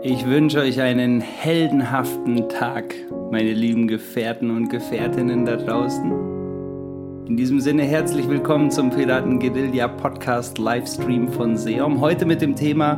Ich wünsche euch einen heldenhaften Tag, meine lieben Gefährten und Gefährtinnen da draußen. In diesem Sinne herzlich willkommen zum Piraten Guerilla Podcast Livestream von Seom. Heute mit dem Thema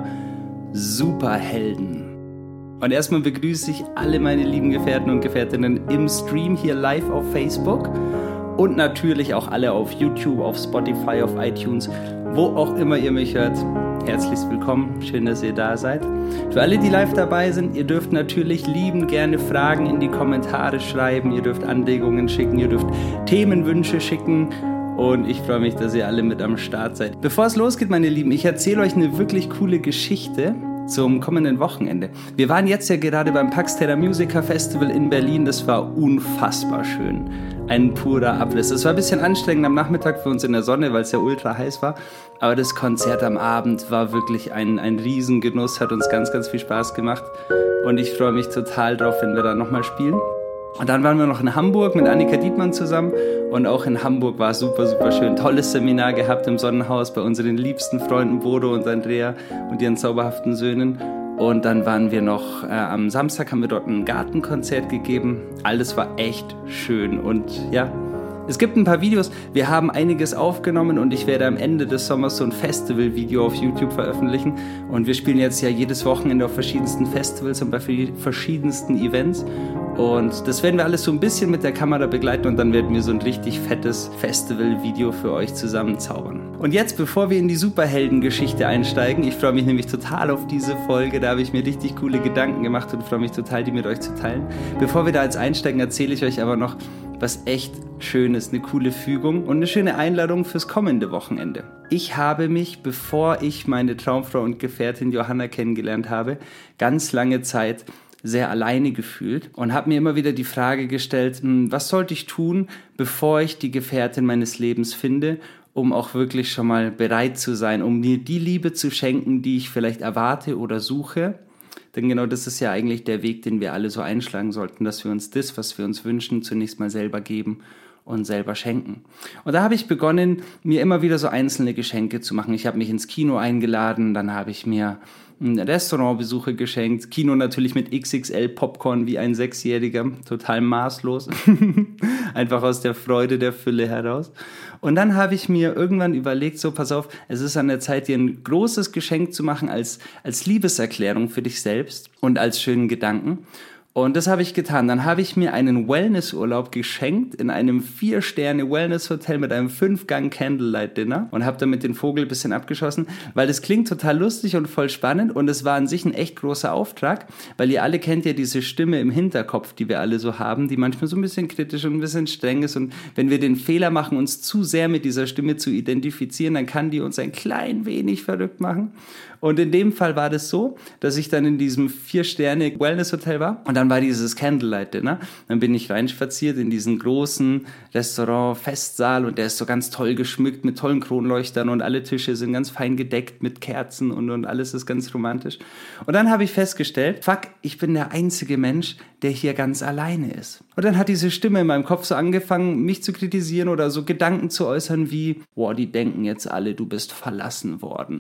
Superhelden. Und erstmal begrüße ich alle meine lieben Gefährten und Gefährtinnen im Stream hier live auf Facebook und natürlich auch alle auf YouTube, auf Spotify, auf iTunes, wo auch immer ihr mich hört. Herzlich willkommen, schön, dass ihr da seid. Für alle, die live dabei sind, ihr dürft natürlich liebend gerne Fragen in die Kommentare schreiben, ihr dürft Anregungen schicken, ihr dürft Themenwünsche schicken und ich freue mich, dass ihr alle mit am Start seid. Bevor es losgeht, meine Lieben, ich erzähle euch eine wirklich coole Geschichte zum kommenden Wochenende. Wir waren jetzt ja gerade beim Pax-Terra Musica Festival in Berlin, das war unfassbar schön. Ein purer Abriss. Es war ein bisschen anstrengend am Nachmittag für uns in der Sonne, weil es ja ultra heiß war. Aber das Konzert am Abend war wirklich ein Riesengenuss, hat uns ganz, ganz viel Spaß gemacht. Und ich freue mich total drauf, wenn wir da nochmal spielen. Und dann waren wir noch in Hamburg mit Annika Dietmann zusammen. Und auch in Hamburg war es super, super schön. Tolles Seminar gehabt im Sonnenhaus bei unseren liebsten Freunden Bodo und Andrea und ihren zauberhaften Söhnen. Und dann waren wir noch, am Samstag haben wir dort ein Gartenkonzert gegeben. Alles war echt schön und ja, es gibt ein paar Videos. Wir haben einiges aufgenommen und ich werde am Ende des Sommers so ein Festival-Video auf YouTube veröffentlichen. Und wir spielen jetzt ja jedes Wochenende auf verschiedensten Festivals und bei verschiedensten Events. Und das werden wir alles so ein bisschen mit der Kamera begleiten und dann werden wir so ein richtig fettes Festival-Video für euch zusammenzaubern. Und jetzt, bevor wir in die Superhelden-Geschichte einsteigen, ich freue mich nämlich total auf diese Folge, da habe ich mir richtig coole Gedanken gemacht und freue mich total, die mit euch zu teilen. Bevor wir da jetzt einsteigen, erzähle ich euch aber noch was echt Schönes, eine coole Fügung und eine schöne Einladung fürs kommende Wochenende. Ich habe mich, bevor ich meine Traumfrau und Gefährtin Johanna kennengelernt habe, ganz lange Zeit sehr alleine gefühlt und habe mir immer wieder die Frage gestellt, was sollte ich tun, bevor ich die Gefährtin meines Lebens finde, um auch wirklich schon mal bereit zu sein, um mir die Liebe zu schenken, die ich vielleicht erwarte oder suche. Denn genau das ist ja eigentlich der Weg, den wir alle so einschlagen sollten, dass wir uns das, was wir uns wünschen, zunächst mal selber geben und selber schenken. Und da habe ich begonnen, mir immer wieder so einzelne Geschenke zu machen. Ich habe mich ins Kino eingeladen, dann habe ich mir Restaurantbesuche geschenkt, Kino natürlich mit XXL Popcorn wie ein Sechsjähriger, total maßlos, einfach aus der Freude der Fülle heraus. Und dann habe ich mir irgendwann überlegt, so pass auf, es ist an der Zeit, dir ein großes Geschenk zu machen als Liebeserklärung für dich selbst und als schönen Gedanken. Und das habe ich getan. Dann habe ich mir einen Wellnessurlaub geschenkt in einem 4-Sterne-Wellness-Hotel mit einem 5-Gang-Candlelight-Dinner und habe damit den Vogel ein bisschen abgeschossen, weil das klingt total lustig und voll spannend und es war an sich ein echt großer Auftrag, weil ihr alle kennt ja diese Stimme im Hinterkopf, die wir alle so haben, die manchmal so ein bisschen kritisch und ein bisschen streng ist und wenn wir den Fehler machen, uns zu sehr mit dieser Stimme zu identifizieren, dann kann die uns ein klein wenig verrückt machen. Und in dem Fall war das so, dass ich dann in diesem 4-Sterne-Wellness-Hotel war und dann war dieses Candlelight-Dinner. Dann bin ich reinspaziert in diesen großen Restaurant-Festsaal und der ist so ganz toll geschmückt mit tollen Kronleuchtern und alle Tische sind ganz fein gedeckt mit Kerzen und alles ist ganz romantisch. Und dann habe ich festgestellt, fuck, ich bin der einzige Mensch, der hier ganz alleine ist. Und dann hat diese Stimme in meinem Kopf so angefangen, mich zu kritisieren oder so Gedanken zu äußern wie, boah, die denken jetzt alle, du bist verlassen worden.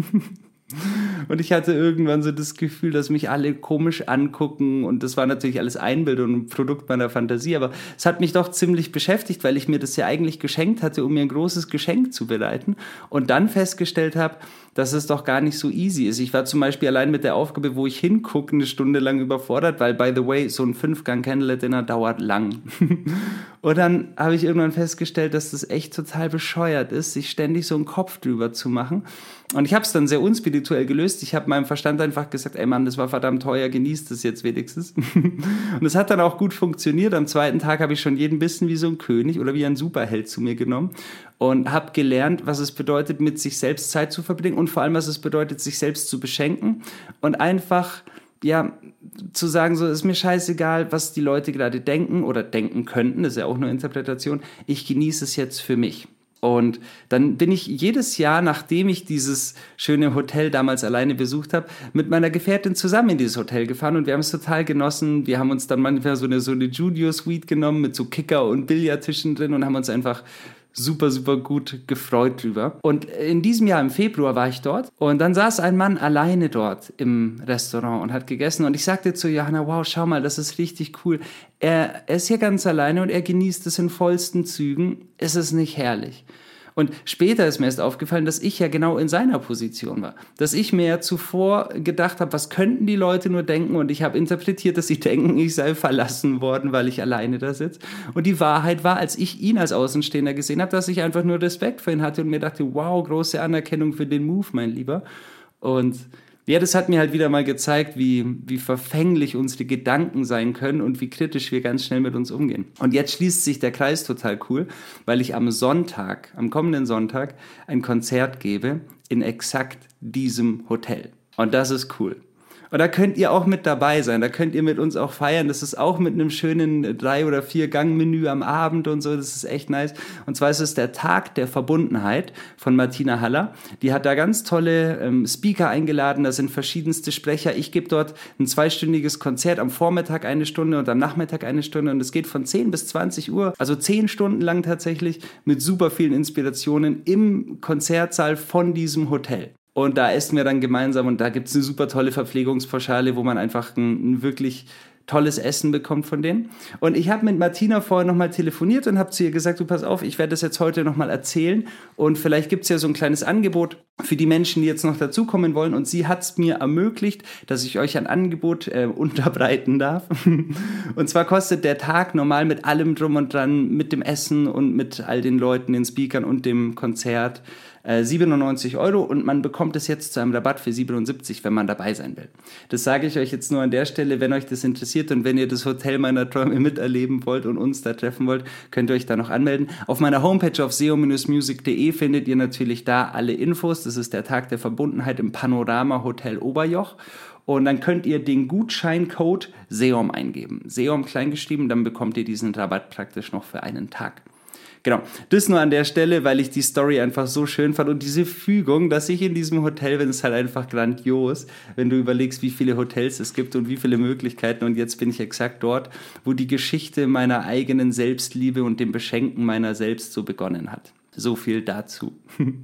Und ich hatte irgendwann so das Gefühl, dass mich alle komisch angucken und das war natürlich alles Einbildung und ein Produkt meiner Fantasie, aber es hat mich doch ziemlich beschäftigt, weil ich mir das ja eigentlich geschenkt hatte, um mir ein großes Geschenk zu bereiten und dann festgestellt habe, dass es doch gar nicht so easy ist. Ich war zum Beispiel allein mit der Aufgabe, wo ich hingucke, eine Stunde lang überfordert, weil, by the way, so ein 5-Gang-Candlelight-Dinner dauert lang. Und dann habe ich irgendwann festgestellt, dass das echt total bescheuert ist, sich ständig so einen Kopf drüber zu machen. Und ich habe es dann sehr unspirituell gelöst. Ich habe meinem Verstand einfach gesagt, ey Mann, das war verdammt teuer, genießt es jetzt wenigstens. Und es hat dann auch gut funktioniert. Am zweiten Tag habe ich schon jeden Bissen wie so ein König oder wie ein Superheld zu mir genommen und habe gelernt, was es bedeutet, mit sich selbst Zeit zu verbringen und vor allem, was es bedeutet, sich selbst zu beschenken und einfach, ja, zu sagen, so ist mir scheißegal, was die Leute gerade denken oder denken könnten, das ist ja auch nur Interpretation, ich genieße es jetzt für mich. Und dann bin ich jedes Jahr, nachdem ich dieses schöne Hotel damals alleine besucht habe, mit meiner Gefährtin zusammen in dieses Hotel gefahren und wir haben es total genossen. Wir haben uns dann manchmal so eine Junior Suite genommen mit so Kicker- und Billardtischen drin und haben uns einfach super, super gut gefreut drüber. Und in diesem Jahr im Februar war ich dort und dann saß ein Mann alleine dort im Restaurant und hat gegessen und ich sagte zu Johanna, wow, schau mal, das ist richtig cool. Er ist hier ganz alleine und er genießt es in vollsten Zügen. Ist es nicht herrlich? Und später ist mir erst aufgefallen, dass ich ja genau in seiner Position war. Dass ich mir ja zuvor gedacht habe, was könnten die Leute nur denken? Und ich habe interpretiert, dass sie denken, ich sei verlassen worden, weil ich alleine da sitze. Und die Wahrheit war, als ich ihn als Außenstehender gesehen habe, dass ich einfach nur Respekt für ihn hatte und mir dachte, wow, große Anerkennung für den Move, mein Lieber. Und ja, das hat mir halt wieder mal gezeigt, wie verfänglich unsere Gedanken sein können und wie kritisch wir ganz schnell mit uns umgehen. Und jetzt schließt sich der Kreis total cool, weil ich am kommenden Sonntag, ein Konzert gebe in exakt diesem Hotel. Und das ist cool. Und da könnt ihr auch mit dabei sein, da könnt ihr mit uns auch feiern. Das ist auch mit einem schönen 3- oder 4-Gang-Menü am Abend und so, das ist echt nice. Und zwar ist es der Tag der Verbundenheit von Martina Haller. Die hat da ganz tolle Speaker eingeladen, da sind verschiedenste Sprecher. Ich gebe dort ein 2-stündiges Konzert, am Vormittag 1 Stunde und am Nachmittag 1 Stunde. Und es geht von 10 bis 20 Uhr, also 10 Stunden lang tatsächlich, mit super vielen Inspirationen im Konzertsaal von diesem Hotel. Und da essen wir dann gemeinsam und da gibt es eine super tolle Verpflegungspauschale, wo man einfach ein wirklich tolles Essen bekommt von denen. Und ich habe mit Martina vorher nochmal telefoniert und habe zu ihr gesagt, du pass auf, ich werde das jetzt heute nochmal erzählen und vielleicht gibt es ja so ein kleines Angebot für die Menschen, die jetzt noch dazukommen wollen. Und sie hat es mir ermöglicht, dass ich euch ein Angebot unterbreiten darf. Und zwar kostet der Tag normal mit allem drum und dran, mit dem Essen und mit all den Leuten, den Speakern und dem Konzert 97 € und man bekommt es jetzt zu einem Rabatt für 77, wenn man dabei sein will. Das sage ich euch jetzt nur an der Stelle, wenn euch das interessiert und wenn ihr das Hotel meiner Träume miterleben wollt und uns da treffen wollt, könnt ihr euch da noch anmelden. Auf meiner Homepage auf seo-music.de findet ihr natürlich da alle Infos. Das ist der Tag der Verbundenheit im Panorama Hotel Oberjoch. Und dann könnt ihr den Gutscheincode SEOM eingeben. SEOM kleingeschrieben, dann bekommt ihr diesen Rabatt praktisch noch für einen Tag. Genau, das nur an der Stelle, weil ich die Story einfach so schön fand und diese Fügung, dass ich in diesem Hotel bin, ist halt einfach grandios, wenn du überlegst, wie viele Hotels es gibt und wie viele Möglichkeiten und jetzt bin ich exakt dort, wo die Geschichte meiner eigenen Selbstliebe und dem Beschenken meiner selbst so begonnen hat. So viel dazu.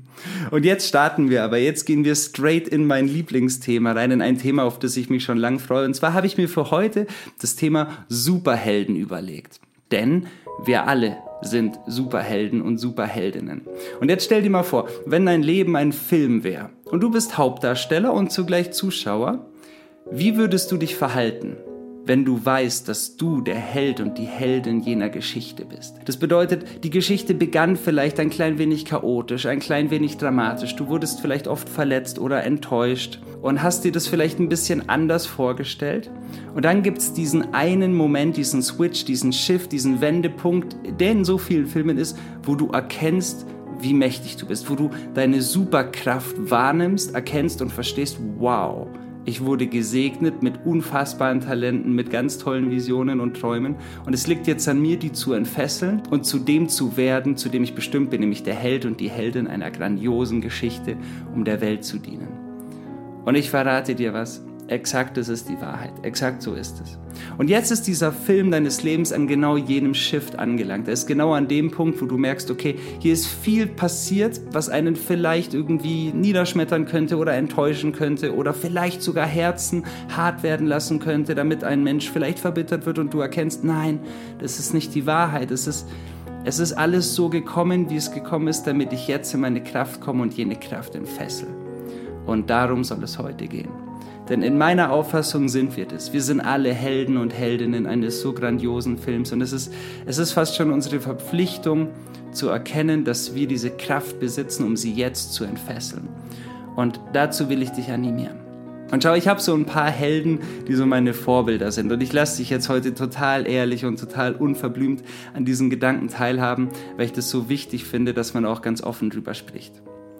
Und jetzt starten wir, aber jetzt gehen wir straight in mein Lieblingsthema rein, in ein Thema, auf das ich mich schon lang freue. Und zwar habe ich mir für heute das Thema Superhelden überlegt. Denn wir alle sind Superhelden und Superheldinnen. Und jetzt stell dir mal vor, wenn dein Leben ein Film wäre und du bist Hauptdarsteller und zugleich Zuschauer, wie würdest du dich verhalten, wenn du weißt, dass du der Held und die Heldin jener Geschichte bist? Das bedeutet, die Geschichte begann vielleicht ein klein wenig chaotisch, ein klein wenig dramatisch. Du wurdest vielleicht oft verletzt oder enttäuscht und hast dir das vielleicht ein bisschen anders vorgestellt. Und dann gibt es diesen einen Moment, diesen Switch, diesen Shift, diesen Wendepunkt, der in so vielen Filmen ist, wo du erkennst, wie mächtig du bist, wo du deine Superkraft wahrnimmst, erkennst und verstehst, wow, ich wurde gesegnet mit unfassbaren Talenten, mit ganz tollen Visionen und Träumen. Und es liegt jetzt an mir, die zu entfesseln und zu dem zu werden, zu dem ich bestimmt bin, nämlich der Held und die Heldin einer grandiosen Geschichte, um der Welt zu dienen. Und ich verrate dir was, exakt das ist die Wahrheit, exakt so ist es. Und jetzt ist dieser Film deines Lebens an genau jenem Shift angelangt. Er ist genau an dem Punkt, wo du merkst, okay, hier ist viel passiert, was einen vielleicht irgendwie niederschmettern könnte oder enttäuschen könnte oder vielleicht sogar Herzen hart werden lassen könnte, damit ein Mensch vielleicht verbittert wird und du erkennst, nein, das ist nicht die Wahrheit, es ist alles so gekommen, wie es gekommen ist, damit ich jetzt in meine Kraft komme und jene Kraft entfessel. Und darum soll es heute gehen. Denn in meiner Auffassung sind wir das. Wir sind alle Helden und Heldinnen eines so grandiosen Films. Und es ist fast schon unsere Verpflichtung zu erkennen, dass wir diese Kraft besitzen, um sie jetzt zu entfesseln. Und dazu will ich dich animieren. Und schau, ich habe so ein paar Helden, die so meine Vorbilder sind. Und ich lasse dich jetzt heute total ehrlich und total unverblümt an diesen Gedanken teilhaben, weil ich das so wichtig finde, dass man auch ganz offen drüber spricht.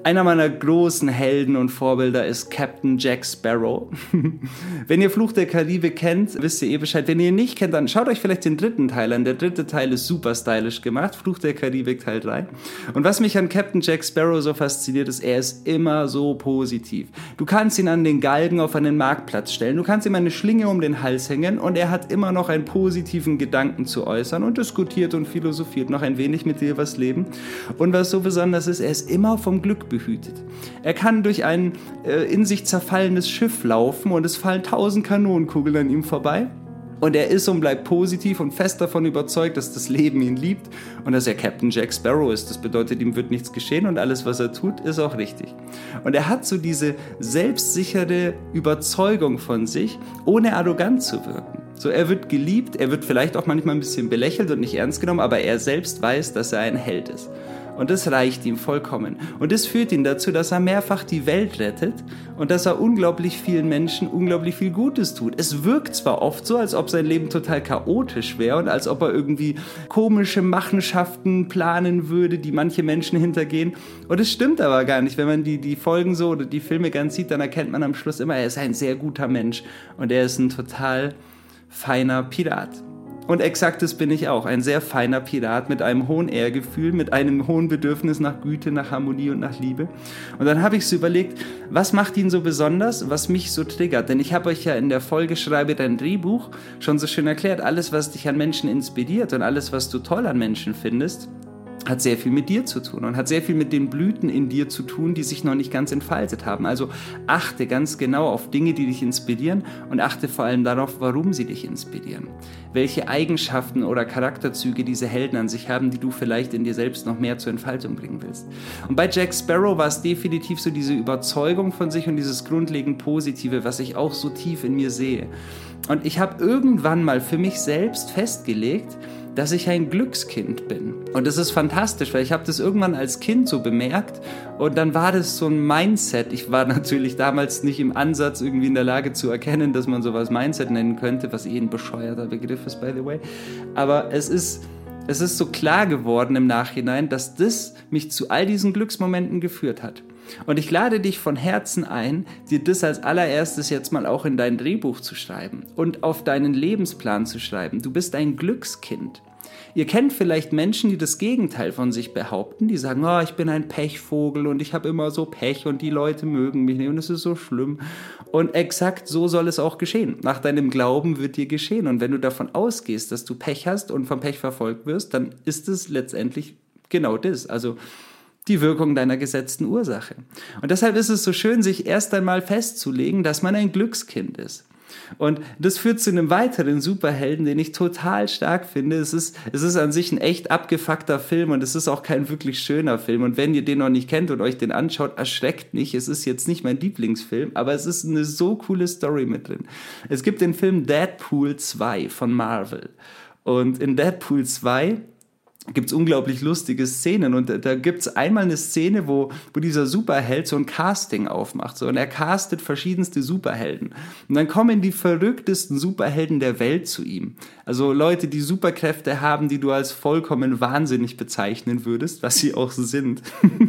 einer meiner großen Helden und Vorbilder ist Captain Jack Sparrow. Wenn ihr Fluch der Karibik kennt, wisst ihr Bescheid. Wenn ihr ihn nicht kennt, dann schaut euch vielleicht den 3. Teil an. Der 3. Teil ist super stylisch gemacht. Fluch der Karibik Teil 3. Und was mich an Captain Jack Sparrow so fasziniert, ist, er ist immer so positiv. Du kannst ihn an den Galgen auf einen Marktplatz stellen. Du kannst ihm eine Schlinge um den Hals hängen und er hat immer noch einen positiven Gedanken zu äußern und diskutiert und philosophiert noch ein wenig mit dir übers Leben. Und was so besonders ist, er ist immer vom Glück behütet. Er kann durch ein in sich zerfallendes Schiff laufen und es fallen 1000 Kanonenkugeln an ihm vorbei. Und er ist und bleibt positiv und fest davon überzeugt, dass das Leben ihn liebt und dass er Captain Jack Sparrow ist. Das bedeutet, ihm wird nichts geschehen und alles, was er tut, ist auch richtig. Und er hat so diese selbstsichere Überzeugung von sich, ohne arrogant zu wirken. So, er wird geliebt, er wird vielleicht auch manchmal ein bisschen belächelt und nicht ernst genommen, aber er selbst weiß, dass er ein Held ist. Und das reicht ihm vollkommen. Und das führt ihn dazu, dass er mehrfach die Welt rettet und dass er unglaublich vielen Menschen unglaublich viel Gutes tut. Es wirkt zwar oft so, als ob sein Leben total chaotisch wäre und als ob er irgendwie komische Machenschaften planen würde, die manche Menschen hintergehen. Und es stimmt aber gar nicht. Wenn man die Folgen so oder die Filme ganz sieht, dann erkennt man am Schluss immer, er ist ein sehr guter Mensch und er ist ein total feiner Pirat. Und exakt das bin ich auch, ein sehr feiner Pirat mit einem hohen Ehrgefühl, mit einem hohen Bedürfnis nach Güte, nach Harmonie und nach Liebe. Und dann habe ich so überlegt, was macht ihn so besonders, was mich so triggert? Denn ich habe euch ja in der Folge Schreibe dein Drehbuch schon so schön erklärt, alles, was dich an Menschen inspiriert und alles, was du toll an Menschen findest, hat sehr viel mit dir zu tun und hat sehr viel mit den Blüten in dir zu tun, die sich noch nicht ganz entfaltet haben. Also achte ganz genau auf Dinge, die dich inspirieren und achte vor allem darauf, warum sie dich inspirieren. Welche Eigenschaften oder Charakterzüge diese Helden an sich haben, die du vielleicht in dir selbst noch mehr zur Entfaltung bringen willst. Und bei Jack Sparrow war es definitiv so diese Überzeugung von sich und dieses grundlegend Positive, was ich auch so tief in mir sehe. Und ich habe irgendwann mal für mich selbst festgelegt, dass ich ein Glückskind bin. Und das ist fantastisch, weil ich habe das irgendwann als Kind so bemerkt und dann war das so ein Mindset. Ich war natürlich damals nicht im Ansatz irgendwie in der Lage zu erkennen, dass man sowas Mindset nennen könnte, was ein bescheuerter Begriff ist, by the way. Aber es ist so klar geworden im Nachhinein, dass das mich zu all diesen Glücksmomenten geführt hat. Und ich lade dich von Herzen ein, dir das als allererstes jetzt mal auch in dein Drehbuch zu schreiben und auf deinen Lebensplan zu schreiben. Du bist ein Glückskind. Ihr kennt vielleicht Menschen, die das Gegenteil von sich behaupten, die sagen, oh, ich bin ein Pechvogel und ich habe immer so Pech und die Leute mögen mich nicht und es ist so schlimm. Und exakt so soll es auch geschehen. Nach deinem Glauben wird dir geschehen. Und wenn du davon ausgehst, dass du Pech hast und vom Pech verfolgt wirst, dann ist es letztendlich genau das. Also die Wirkung deiner gesetzten Ursache. Und deshalb ist es so schön, sich erst einmal festzulegen, dass man ein Glückskind ist. Und das führt zu einem weiteren Superhelden, den ich total stark finde. Es ist an sich ein echt abgefuckter Film und es ist auch kein wirklich schöner Film. Und wenn ihr den noch nicht kennt und euch den anschaut, erschreckt nicht. Es ist jetzt nicht mein Lieblingsfilm, aber es ist eine so coole Story mit drin. Es gibt den Film Deadpool 2 von Marvel. Und in Deadpool 2 gibt es unglaublich lustige Szenen und da gibt es einmal eine Szene, wo dieser Superheld so ein Casting aufmacht so, und er castet verschiedenste Superhelden und dann kommen die verrücktesten Superhelden der Welt zu ihm. Also Leute, die Superkräfte haben, die du als vollkommen wahnsinnig bezeichnen würdest, was sie auch sind.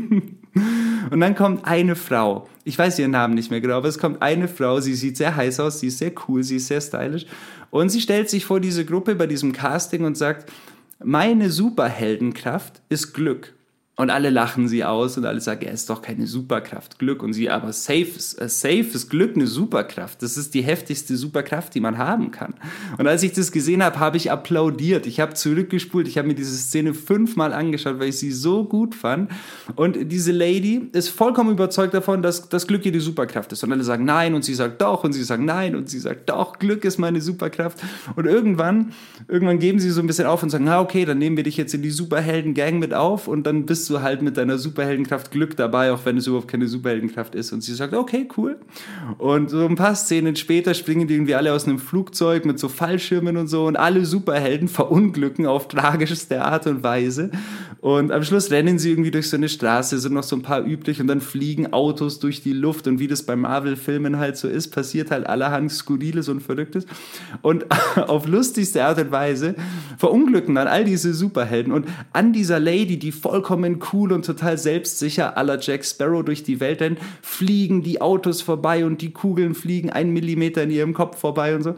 Und dann kommt eine Frau, ich weiß ihren Namen nicht mehr genau, aber es kommt eine Frau, sie sieht sehr heiß aus, sie ist sehr cool, sie ist sehr stylisch und sie stellt sich vor diese Gruppe bei diesem Casting und sagt, meine Superheldenkraft ist Glück. Und alle lachen sie aus und alle sagen, ja, ist doch keine Superkraft, Glück. Und sie, aber safe ist Glück eine Superkraft. Das ist die heftigste Superkraft, die man haben kann. Und als ich das gesehen habe, habe ich applaudiert. Ich habe zurückgespult. Ich habe mir diese Szene 5-mal angeschaut, weil ich sie so gut fand. Und diese Lady ist vollkommen überzeugt davon, dass das Glück ihr die Superkraft ist. Und alle sagen nein und sie sagt doch und sie sagt nein und sie sagt doch, Glück ist meine Superkraft. Und irgendwann geben sie so ein bisschen auf und sagen, na okay, dann nehmen wir dich jetzt in die Superhelden-Gang mit auf und dann bist du halt mit deiner Superheldenkraft Glück dabei, auch wenn es überhaupt keine Superheldenkraft ist. Und sie sagt, okay, cool. Und so ein paar Szenen später springen die irgendwie alle aus einem Flugzeug mit so Fallschirmen und so und alle Superhelden verunglücken auf tragischste Art und Weise. Und am Schluss rennen sie irgendwie durch so eine Straße, sind noch so ein paar üblich und dann fliegen Autos durch die Luft und wie das bei Marvel-Filmen halt so ist, passiert halt allerhand Skurriles und Verrücktes. Und auf lustigste Art und Weise verunglücken dann all diese Superhelden und an dieser Lady, die vollkommen cool und total selbstsicher à la Jack Sparrow durch die Welt rennt, fliegen die Autos vorbei und die Kugeln fliegen 1 Millimeter in ihrem Kopf vorbei und so.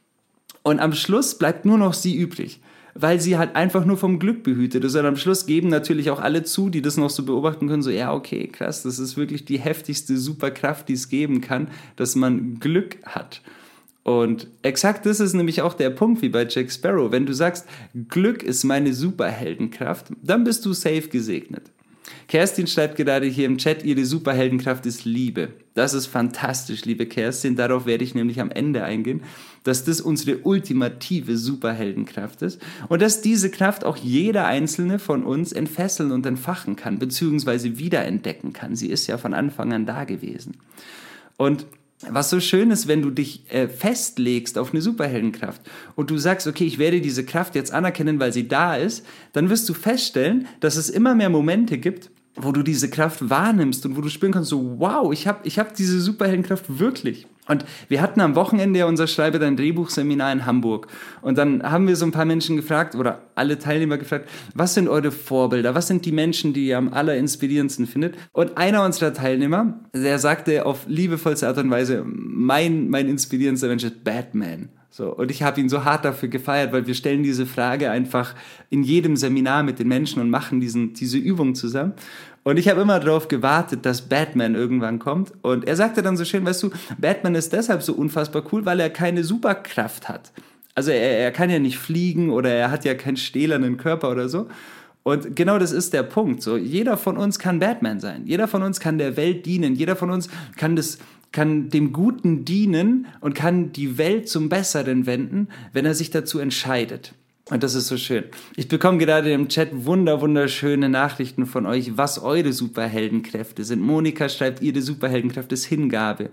Und am Schluss bleibt nur noch sie übrig, weil sie halt einfach nur vom Glück behütet ist. Und am Schluss geben natürlich auch alle zu, die das noch so beobachten können, so, ja, okay, krass, das ist wirklich die heftigste Superkraft, die es geben kann, dass man Glück hat. Und exakt das ist nämlich auch der Punkt wie bei Jack Sparrow. Wenn du sagst, Glück ist meine Superheldenkraft, dann bist du safe gesegnet. Kerstin schreibt gerade hier im Chat, ihre Superheldenkraft ist Liebe. Das ist fantastisch, liebe Kerstin. Darauf werde ich nämlich am Ende eingehen, dass das unsere ultimative Superheldenkraft ist und dass diese Kraft auch jeder einzelne von uns entfesseln und entfachen kann, beziehungsweise wiederentdecken kann. Sie ist ja von Anfang an da gewesen. Und was so schön ist, wenn du dich festlegst auf eine Superheldenkraft und du sagst, okay, ich werde diese Kraft jetzt anerkennen, weil sie da ist, dann wirst du feststellen, dass es immer mehr Momente gibt, wo du diese Kraft wahrnimmst und wo du spüren kannst, so wow, ich hab diese Superheldenkraft wirklich. Und wir hatten am Wochenende unser Schreibe dein Drehbuchseminar in Hamburg und dann haben wir so ein paar Menschen gefragt oder alle Teilnehmer gefragt, was sind eure Vorbilder, was sind die Menschen, die ihr am allerinspirierendsten findet? Und einer unserer Teilnehmer, der sagte auf liebevollste Art und Weise, mein inspirierendster Mensch ist Batman. So, und ich habe ihn so hart dafür gefeiert, weil wir stellen diese Frage einfach in jedem Seminar mit den Menschen und machen diese Übung zusammen. Und ich habe immer darauf gewartet, dass Batman irgendwann kommt. Und er sagte dann so schön, weißt du, Batman ist deshalb so unfassbar cool, weil er keine Superkraft hat. Also er kann ja nicht fliegen oder er hat ja keinen stählernen Körper oder so. Und genau das ist der Punkt. So, jeder von uns kann Batman sein. Jeder von uns kann der Welt dienen. Jeder von uns kann dem Guten dienen und kann die Welt zum Besseren wenden, wenn er sich dazu entscheidet. Und das ist so schön. Ich bekomme gerade im Chat wunderschöne Nachrichten von euch, was eure Superheldenkräfte sind. Monika schreibt, ihre Superheldenkraft ist Hingabe.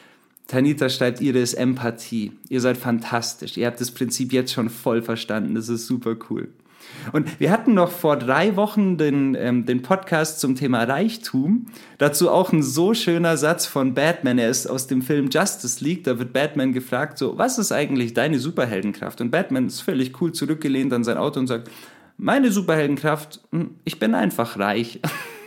Tanita schreibt, ihre ist Empathie. Ihr seid fantastisch. Ihr habt das Prinzip jetzt schon voll verstanden. Das ist super cool. Und wir hatten noch vor 3 Wochen den Podcast zum Thema Reichtum. Dazu auch ein so schöner Satz von Batman. Er ist aus dem Film Justice League. Da wird Batman gefragt, so, was ist eigentlich deine Superheldenkraft? Und Batman ist völlig cool zurückgelehnt an sein Auto und sagt, meine Superheldenkraft, ich bin einfach reich.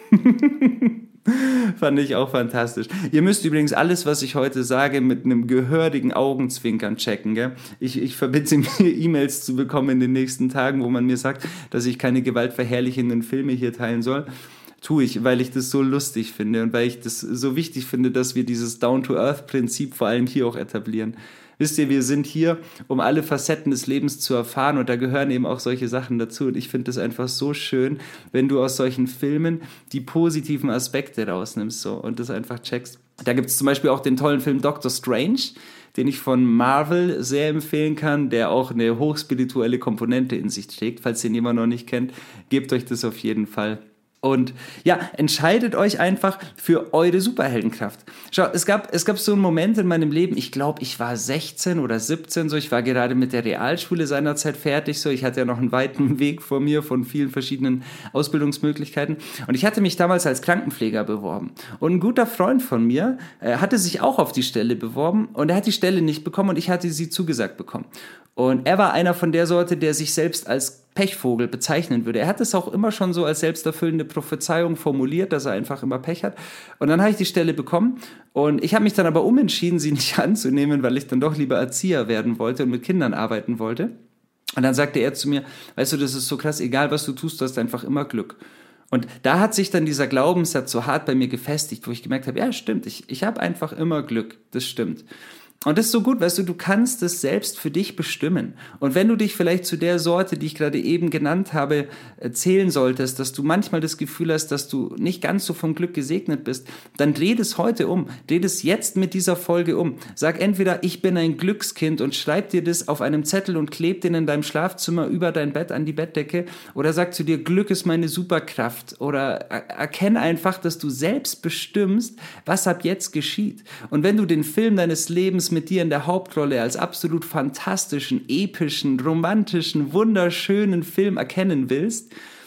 Fand ich auch fantastisch. Ihr müsst übrigens alles, was ich heute sage, mit einem gehörigen Augenzwinkern checken. Gell? Ich verbitte mir, E-Mails zu bekommen in den nächsten Tagen, wo man mir sagt, dass ich keine gewaltverherrlichenden Filme hier teilen soll. Tue ich, weil ich das so lustig finde und weil ich das so wichtig finde, dass wir dieses Down-to-Earth-Prinzip vor allem hier auch etablieren. Wisst ihr, wir sind hier, um alle Facetten des Lebens zu erfahren und da gehören eben auch solche Sachen dazu und ich finde das einfach so schön, wenn du aus solchen Filmen die positiven Aspekte rausnimmst so und das einfach checkst. Da gibt es zum Beispiel auch den tollen Film Doctor Strange, den ich von Marvel sehr empfehlen kann, der auch eine hochspirituelle Komponente in sich trägt. Falls ihr ihn immer noch nicht kennt, gebt euch das auf jeden Fall. Und ja, entscheidet euch einfach für eure Superheldenkraft. Schau, es gab so einen Moment in meinem Leben, ich glaube, ich war 16 oder 17, so, ich war gerade mit der Realschule seinerzeit fertig, so, ich hatte ja noch einen weiten Weg vor mir von vielen verschiedenen Ausbildungsmöglichkeiten und ich hatte mich damals als Krankenpfleger beworben. Und ein guter Freund von mir hatte sich auch auf die Stelle beworben und er hat die Stelle nicht bekommen und ich hatte sie zugesagt bekommen. Und er war einer von der Sorte, der sich selbst als Pechvogel bezeichnen würde. Er hat es auch immer schon so als selbsterfüllende Prophezeiung formuliert, dass er einfach immer Pech hat. Und dann habe ich die Stelle bekommen und ich habe mich dann aber umentschieden, sie nicht anzunehmen, weil ich dann doch lieber Erzieher werden wollte und mit Kindern arbeiten wollte. Und dann sagte er zu mir, weißt du, das ist so krass, egal was du tust, du hast einfach immer Glück. Und da hat sich dann dieser Glaubenssatz so hart bei mir gefestigt, wo ich gemerkt habe, ja stimmt, ich habe einfach immer Glück, das stimmt. Und das ist so gut, weißt du kannst es selbst für dich bestimmen. Und wenn du dich vielleicht zu der Sorte, die ich gerade eben genannt habe, zählen solltest, dass du manchmal das Gefühl hast, dass du nicht ganz so vom Glück gesegnet bist, dann dreh das heute um. Dreh das jetzt mit dieser Folge um. Sag entweder, ich bin ein Glückskind und schreib dir das auf einem Zettel und kleb den in deinem Schlafzimmer über dein Bett an die Bettdecke oder sag zu dir, Glück ist meine Superkraft oder erkenn einfach, dass du selbst bestimmst, was ab jetzt geschieht. Und wenn du den Film deines Lebens mit dir in der Hauptrolle als absolut fantastischen, epischen, romantischen, wunderschönen Film erkennen willst,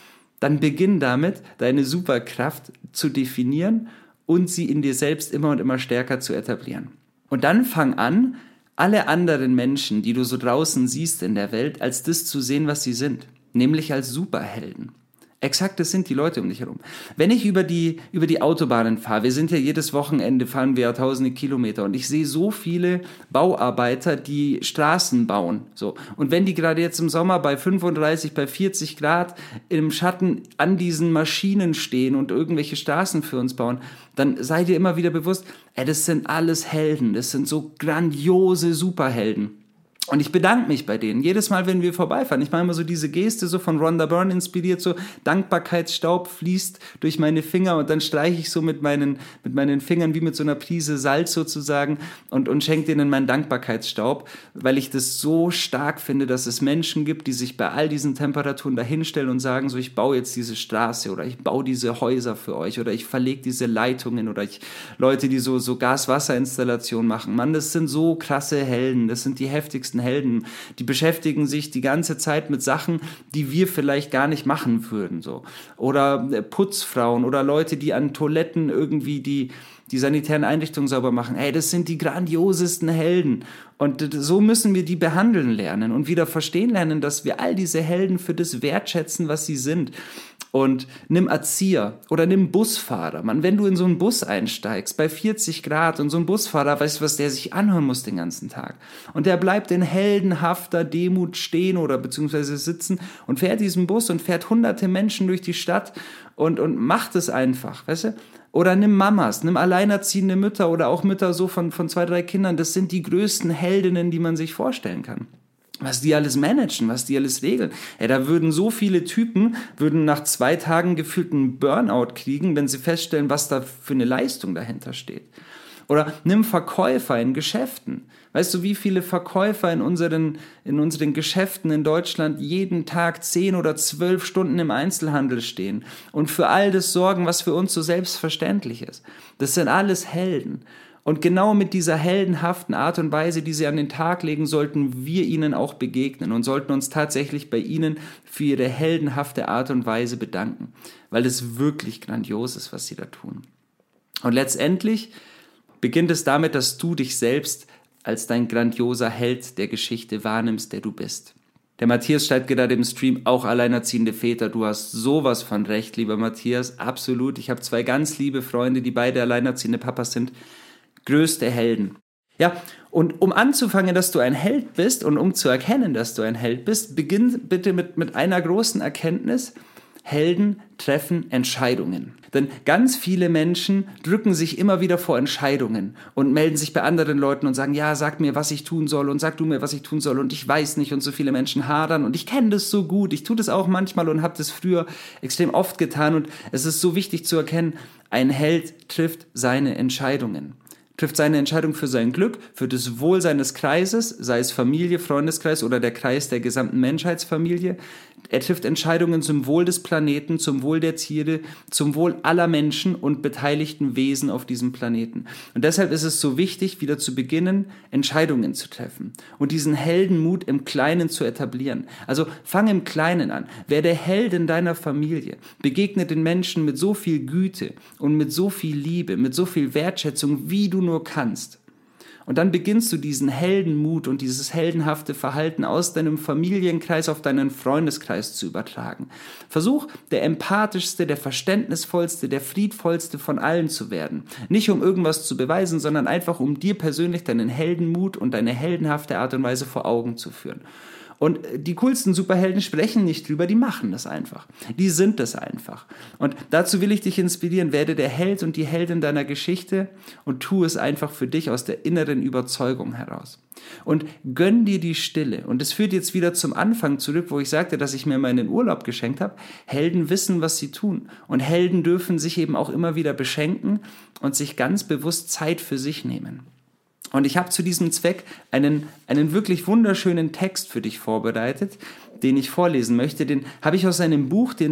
dann beginn damit, deine Superkraft zu definieren und sie in dir selbst immer und immer stärker zu etablieren. Und dann fang an, alle anderen Menschen, die du so draußen siehst in der Welt, als das zu sehen, was sie sind, nämlich als Superhelden. Exakt, das sind die Leute um dich herum. Wenn ich über die Autobahnen fahre, wir sind ja jedes Wochenende, fahren wir ja tausende Kilometer und ich sehe so viele Bauarbeiter, die Straßen bauen. So. Und wenn die gerade jetzt im Sommer bei 35, bei 40 Grad im Schatten an diesen Maschinen stehen und irgendwelche Straßen für uns bauen, dann seid ihr immer wieder bewusst, das sind alles Helden, das sind so grandiose Superhelden. Und ich bedanke mich bei denen. Jedes Mal, wenn wir vorbeifahren, ich mache immer so diese Geste, so von Rhonda Byrne inspiriert, so Dankbarkeitsstaub fließt durch meine Finger und dann streiche ich so mit meinen Fingern wie mit so einer Prise Salz sozusagen und schenke denen meinen Dankbarkeitsstaub, weil ich das so stark finde, dass es Menschen gibt, die sich bei all diesen Temperaturen dahinstellen und sagen so, ich baue jetzt diese Straße oder ich baue diese Häuser für euch oder ich verlege diese Leitungen oder Leute, die so Gas-Wasser-Installationen machen. Mann, das sind so krasse Helden, das sind die heftigsten Helden, die beschäftigen sich die ganze Zeit mit Sachen, die wir vielleicht gar nicht machen würden, so. Oder Putzfrauen oder Leute, die an Toiletten irgendwie die sanitären Einrichtungen sauber machen. Das sind die grandiosesten Helden. Und so müssen wir die behandeln lernen und wieder verstehen lernen, dass wir all diese Helden für das wertschätzen, was sie sind. Und nimm Erzieher oder nimm Busfahrer. Mann, wenn du in so einen Bus einsteigst, bei 40 Grad und so ein Busfahrer, weißt du, was der sich anhören muss den ganzen Tag? Und der bleibt in heldenhafter Demut stehen oder beziehungsweise sitzen und fährt diesen Bus und fährt hunderte Menschen durch die Stadt und macht es einfach, weißt du? Oder nimm Mamas, nimm alleinerziehende Mütter oder auch Mütter so von 2, 3 Kindern. Das sind die größten Heldinnen, die man sich vorstellen kann. Was die alles managen, was die alles regeln. Da würden so viele Typen, nach 2 Tagen gefühlt einen Burnout kriegen, wenn sie feststellen, was da für eine Leistung dahinter steht. Oder nimm Verkäufer in Geschäften. Weißt du, wie viele Verkäufer in unseren Geschäften in Deutschland jeden Tag 10 oder 12 Stunden im Einzelhandel stehen und für all das sorgen, was für uns so selbstverständlich ist. Das sind alles Helden. Und genau mit dieser heldenhaften Art und Weise, die sie an den Tag legen, sollten wir ihnen auch begegnen und sollten uns tatsächlich bei ihnen für ihre heldenhafte Art und Weise bedanken, weil es wirklich grandios ist, was sie da tun. Und letztendlich beginnt es damit, dass du dich selbst als dein grandioser Held der Geschichte wahrnimmst, der du bist. Der Matthias schreibt gerade im Stream, auch alleinerziehende Väter. Du hast sowas von recht, lieber Matthias, absolut. Ich habe 2 ganz liebe Freunde, die beide alleinerziehende Papas sind. Größte Helden. Ja, und um anzufangen, dass du ein Held bist und um zu erkennen, dass du ein Held bist, beginn bitte mit einer großen Erkenntnis. Helden treffen Entscheidungen. Denn ganz viele Menschen drücken sich immer wieder vor Entscheidungen und melden sich bei anderen Leuten und sagen, ja, sag mir, was ich tun soll und sag du mir, was ich tun soll und ich weiß nicht, und so viele Menschen hadern und ich kenne das so gut, ich tue das auch manchmal und habe das früher extrem oft getan und es ist so wichtig zu erkennen, ein Held trifft seine Entscheidungen. Trifft seine Entscheidung für sein Glück, für das Wohl seines Kreises, sei es Familie, Freundeskreis oder der Kreis der gesamten Menschheitsfamilie. Er trifft Entscheidungen zum Wohl des Planeten, zum Wohl der Tiere, zum Wohl aller Menschen und beteiligten Wesen auf diesem Planeten. Und deshalb ist es so wichtig, wieder zu beginnen, Entscheidungen zu treffen und diesen Heldenmut im Kleinen zu etablieren. Also fang im Kleinen an. Werde Held in deiner Familie. Begegne den Menschen mit so viel Güte und mit so viel Liebe, mit so viel Wertschätzung, wie du nur kannst. Und dann beginnst du diesen Heldenmut und dieses heldenhafte Verhalten aus deinem Familienkreis auf deinen Freundeskreis zu übertragen. Versuch, der empathischste, der verständnisvollste, der friedvollste von allen zu werden. Nicht um irgendwas zu beweisen, sondern einfach um dir persönlich deinen Heldenmut und deine heldenhafte Art und Weise vor Augen zu führen. Und die coolsten Superhelden sprechen nicht drüber, die machen das einfach. Die sind das einfach. Und dazu will ich dich inspirieren, werde der Held und die Heldin deiner Geschichte und tu es einfach für dich aus der inneren Überzeugung heraus. Und gönn dir die Stille. Und es führt jetzt wieder zum Anfang zurück, wo ich sagte, dass ich mir meinen Urlaub geschenkt habe. Helden wissen, was sie tun. Und Helden dürfen sich eben auch immer wieder beschenken und sich ganz bewusst Zeit für sich nehmen. Und ich habe zu diesem Zweck einen wirklich wunderschönen Text für dich vorbereitet, den ich vorlesen möchte. Den habe ich aus einem Buch, den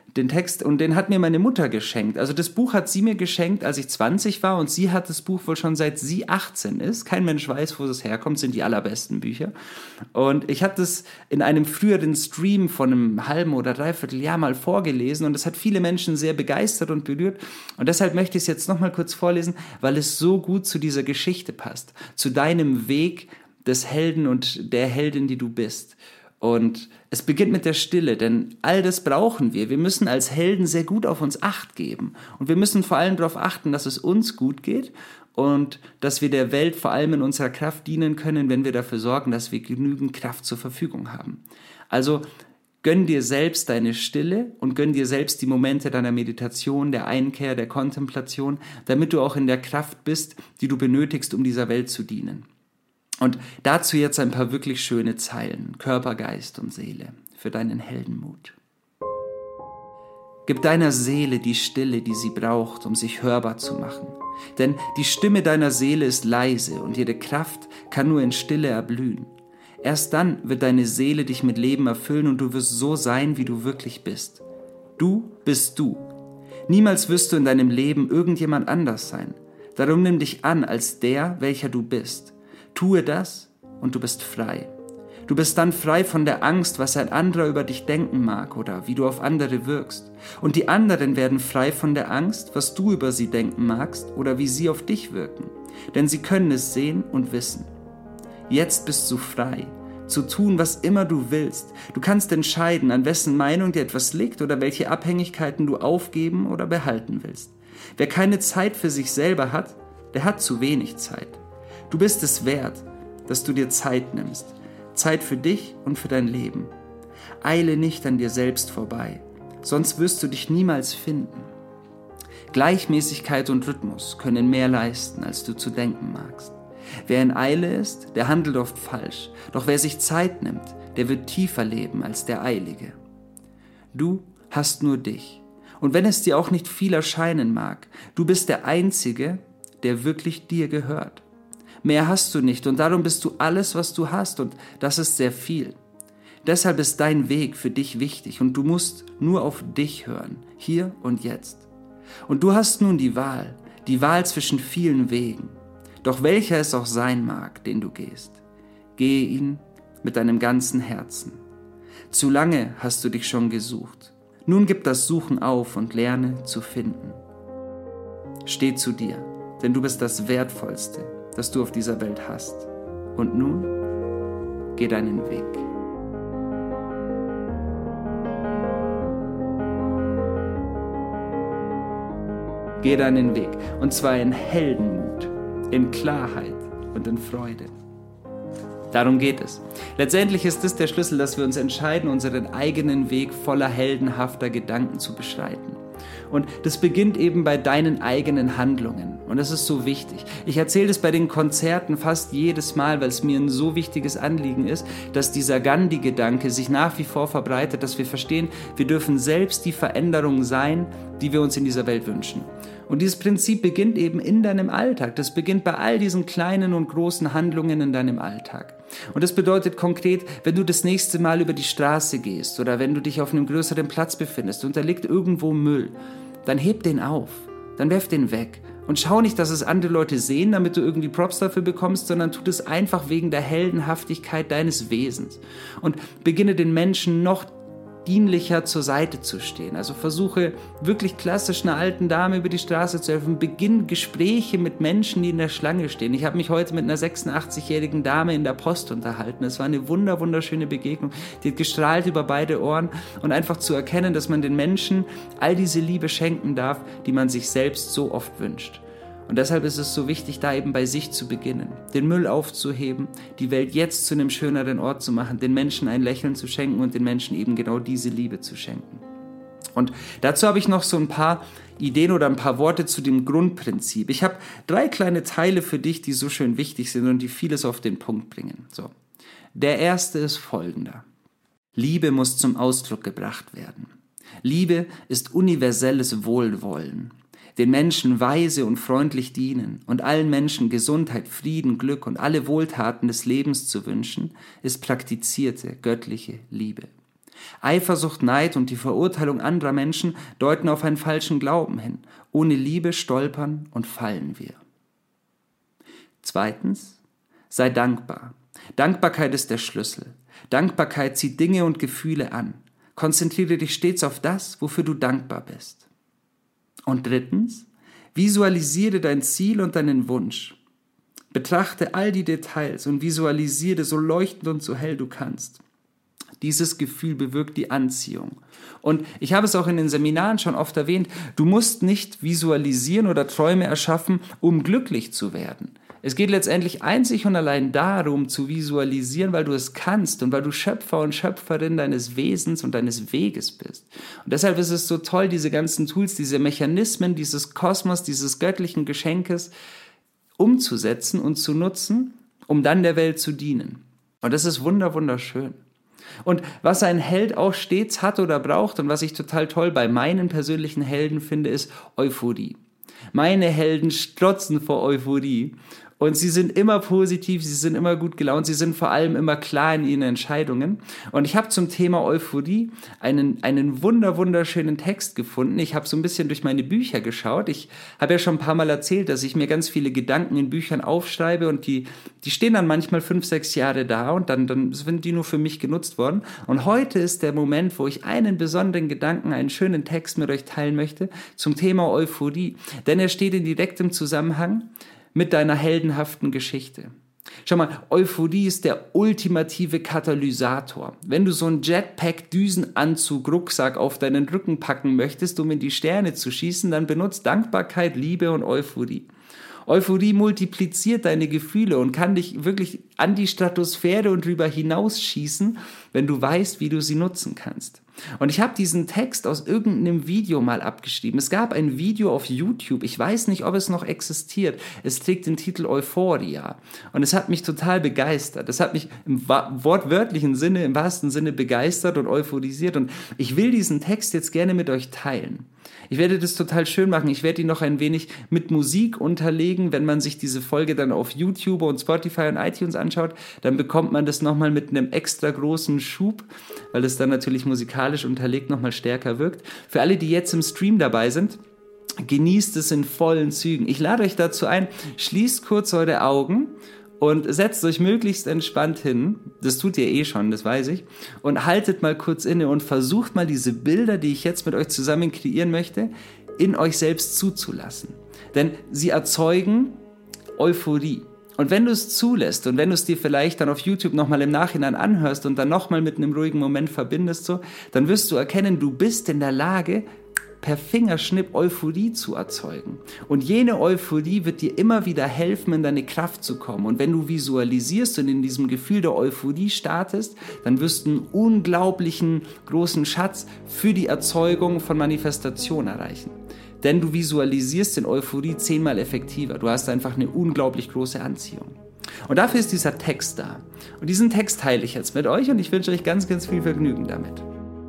den Text, und den hat mir meine Mutter geschenkt. Also das Buch hat sie mir geschenkt, als ich 20 war, und sie hat das Buch wohl schon seit sie 18 ist. Kein Mensch weiß, wo es herkommt, sind die allerbesten Bücher. Und ich habe das in einem früheren Stream von einem halben oder dreiviertel Jahr mal vorgelesen, und das hat viele Menschen sehr begeistert und berührt. Und deshalb möchte ich es jetzt nochmal kurz vorlesen, weil es so gut zu dieser Geschichte passt, zu deinem Weg des Helden und der Heldin, die du bist. Und es beginnt mit der Stille, denn all das brauchen wir. Wir müssen als Helden sehr gut auf uns Acht geben. Und wir müssen vor allem darauf achten, dass es uns gut geht und dass wir der Welt vor allem in unserer Kraft dienen können, wenn wir dafür sorgen, dass wir genügend Kraft zur Verfügung haben. Also gönn dir selbst deine Stille und gönn dir selbst die Momente deiner Meditation, der Einkehr, der Kontemplation, damit du auch in der Kraft bist, die du benötigst, um dieser Welt zu dienen. Und dazu jetzt ein paar wirklich schöne Zeilen, Körper, Geist und Seele, für deinen Heldenmut. Gib deiner Seele die Stille, die sie braucht, um sich hörbar zu machen. Denn die Stimme deiner Seele ist leise und ihre Kraft kann nur in Stille erblühen. Erst dann wird deine Seele dich mit Leben erfüllen und du wirst so sein, wie du wirklich bist. Du bist du. Niemals wirst du in deinem Leben irgendjemand anders sein. Darum nimm dich an als der, welcher du bist. Tue das und du bist frei. Du bist dann frei von der Angst, was ein anderer über dich denken mag oder wie du auf andere wirkst. Und die anderen werden frei von der Angst, was du über sie denken magst oder wie sie auf dich wirken. Denn sie können es sehen und wissen. Jetzt bist du frei, zu tun, was immer du willst. Du kannst entscheiden, an wessen Meinung dir etwas liegt oder welche Abhängigkeiten du aufgeben oder behalten willst. Wer keine Zeit für sich selber hat, der hat zu wenig Zeit. Du bist es wert, dass du dir Zeit nimmst. Zeit für dich und für dein Leben. Eile nicht an dir selbst vorbei, sonst wirst du dich niemals finden. Gleichmäßigkeit und Rhythmus können mehr leisten, als du zu denken magst. Wer in Eile ist, der handelt oft falsch. Doch wer sich Zeit nimmt, der wird tiefer leben als der Eilige. Du hast nur dich. Und wenn es dir auch nicht viel erscheinen mag, du bist der Einzige, der wirklich dir gehört. Mehr hast du nicht und darum bist du alles, was du hast, und das ist sehr viel. Deshalb ist dein Weg für dich wichtig und du musst nur auf dich hören, hier und jetzt. Und du hast nun die Wahl zwischen vielen Wegen. Doch welcher es auch sein mag, den du gehst, gehe ihn mit deinem ganzen Herzen. Zu lange hast du dich schon gesucht. Nun gib das Suchen auf und lerne zu finden. Steh zu dir, denn du bist das Wertvollste, das du auf dieser Welt hast. Und nun, geh deinen Weg. Geh deinen Weg, und zwar in Heldenmut, in Klarheit und in Freude. Darum geht es. Letztendlich ist es der Schlüssel, dass wir uns entscheiden, unseren eigenen Weg voller heldenhafter Gedanken zu beschreiten. Und das beginnt eben bei deinen eigenen Handlungen. Und das ist so wichtig. Ich erzähle das bei den Konzerten fast jedes Mal, weil es mir ein so wichtiges Anliegen ist, dass dieser Gandhi-Gedanke sich nach wie vor verbreitet, dass wir verstehen, wir dürfen selbst die Veränderung sein, die wir uns in dieser Welt wünschen. Und dieses Prinzip beginnt eben in deinem Alltag. Das beginnt bei all diesen kleinen und großen Handlungen in deinem Alltag. Und das bedeutet konkret, wenn du das nächste Mal über die Straße gehst oder wenn du dich auf einem größeren Platz befindest und da liegt irgendwo Müll, dann heb den auf, dann werf den weg. Und schau nicht, dass es andere Leute sehen, damit du irgendwie Props dafür bekommst, sondern tu das einfach wegen der Heldenhaftigkeit deines Wesens. Und beginne den Menschen noch dienlicher zur Seite zu stehen. Also versuche wirklich klassisch einer alten Dame über die Straße zu helfen. Beginn Gespräche mit Menschen, die in der Schlange stehen. Ich habe mich heute mit einer 86-jährigen Dame in der Post unterhalten. Es war eine wunderschöne Begegnung. Die hat gestrahlt über beide Ohren, und einfach zu erkennen, dass man den Menschen all diese Liebe schenken darf, die man sich selbst so oft wünscht. Und deshalb ist es so wichtig, da eben bei sich zu beginnen, den Müll aufzuheben, die Welt jetzt zu einem schöneren Ort zu machen, den Menschen ein Lächeln zu schenken und den Menschen eben genau diese Liebe zu schenken. Und dazu habe ich noch so ein paar Ideen oder ein paar Worte zu dem Grundprinzip. Ich habe 3 kleine Teile für dich, die so schön wichtig sind und die vieles auf den Punkt bringen. So. Der erste ist folgender. Liebe muss zum Ausdruck gebracht werden. Liebe ist universelles Wohlwollen. Den Menschen weise und freundlich dienen und allen Menschen Gesundheit, Frieden, Glück und alle Wohltaten des Lebens zu wünschen, ist praktizierte göttliche Liebe. Eifersucht, Neid und die Verurteilung anderer Menschen deuten auf einen falschen Glauben hin. Ohne Liebe stolpern und fallen wir. 2. Sei dankbar. Dankbarkeit ist der Schlüssel. Dankbarkeit zieht Dinge und Gefühle an. Konzentriere dich stets auf das, wofür du dankbar bist. Und 3. Visualisiere dein Ziel und deinen Wunsch. Betrachte all die Details und visualisiere so leuchtend und so hell du kannst. Dieses Gefühl bewirkt die Anziehung. Und ich habe es auch in den Seminaren schon oft erwähnt, du musst nicht visualisieren oder Träume erschaffen, um glücklich zu werden. Es geht letztendlich einzig und allein darum, zu visualisieren, weil du es kannst und weil du Schöpfer und Schöpferin deines Wesens und deines Weges bist. Und deshalb ist es so toll, diese ganzen Tools, diese Mechanismen, dieses Kosmos, dieses göttlichen Geschenkes umzusetzen und zu nutzen, um dann der Welt zu dienen. Und das ist wunderschön. Und was ein Held auch stets hat oder braucht und was ich total toll bei meinen persönlichen Helden finde, ist Euphorie. Meine Helden strotzen vor Euphorie und sie sind immer positiv, sie sind immer gut gelaunt, sie sind vor allem immer klar in ihren Entscheidungen. Und ich habe zum Thema Euphorie einen wunderschönen Text gefunden. Ich habe so ein bisschen durch meine Bücher geschaut. Ich habe ja schon ein paar Mal erzählt, dass ich mir ganz viele Gedanken in Büchern aufschreibe und die stehen dann manchmal 5-6 Jahre da und dann sind die nur für mich genutzt worden. Und heute ist der Moment, wo ich einen besonderen Gedanken, einen schönen Text mit euch teilen möchte zum Thema Euphorie. Denn er steht in direktem Zusammenhang mit deiner heldenhaften Geschichte. Schau mal, Euphorie ist der ultimative Katalysator. Wenn du so einen Jetpack, Düsenanzug, Rucksack auf deinen Rücken packen möchtest, um in die Sterne zu schießen, dann benutzt Dankbarkeit, Liebe und Euphorie. Euphorie multipliziert deine Gefühle und kann dich wirklich an die Stratosphäre und drüber hinausschießen, wenn du weißt, wie du sie nutzen kannst. Und ich habe diesen Text aus irgendeinem Video mal abgeschrieben. Es gab ein Video auf YouTube, ich weiß nicht, ob es noch existiert. Es trägt den Titel Euphoria. Und es hat mich total begeistert. Es hat mich im wortwörtlichen Sinne, im wahrsten Sinne begeistert und euphorisiert. Und ich will diesen Text jetzt gerne mit euch teilen. Ich werde das total schön machen. Ich werde ihn noch ein wenig mit Musik unterlegen. Wenn man sich diese Folge dann auf YouTube und Spotify und iTunes anschaut, dann bekommt man das nochmal mit einem extra großen Schub, weil es dann natürlich musikalisch unterlegt nochmal stärker wirkt. Für alle, die jetzt im Stream dabei sind, genießt es in vollen Zügen. Ich lade euch dazu ein, schließt kurz eure Augen und setzt euch möglichst entspannt hin, das tut ihr eh schon, das weiß ich, und haltet mal kurz inne und versucht mal diese Bilder, die ich jetzt mit euch zusammen kreieren möchte, in euch selbst zuzulassen. Denn sie erzeugen Euphorie. Und wenn du es zulässt und wenn du es dir vielleicht dann auf YouTube nochmal im Nachhinein anhörst und dann nochmal mit einem ruhigen Moment verbindest, so, dann wirst du erkennen, du bist in der Lage, per Fingerschnipp Euphorie zu erzeugen. Und jene Euphorie wird dir immer wieder helfen, in deine Kraft zu kommen. Und wenn du visualisierst und in diesem Gefühl der Euphorie startest, dann wirst du einen unglaublichen großen Schatz für die Erzeugung von Manifestation erreichen. Denn du visualisierst in Euphorie 10-mal effektiver. Du hast einfach eine unglaublich große Anziehung. Und dafür ist dieser Text da. Und diesen Text teile ich jetzt mit euch und ich wünsche euch ganz viel Vergnügen damit.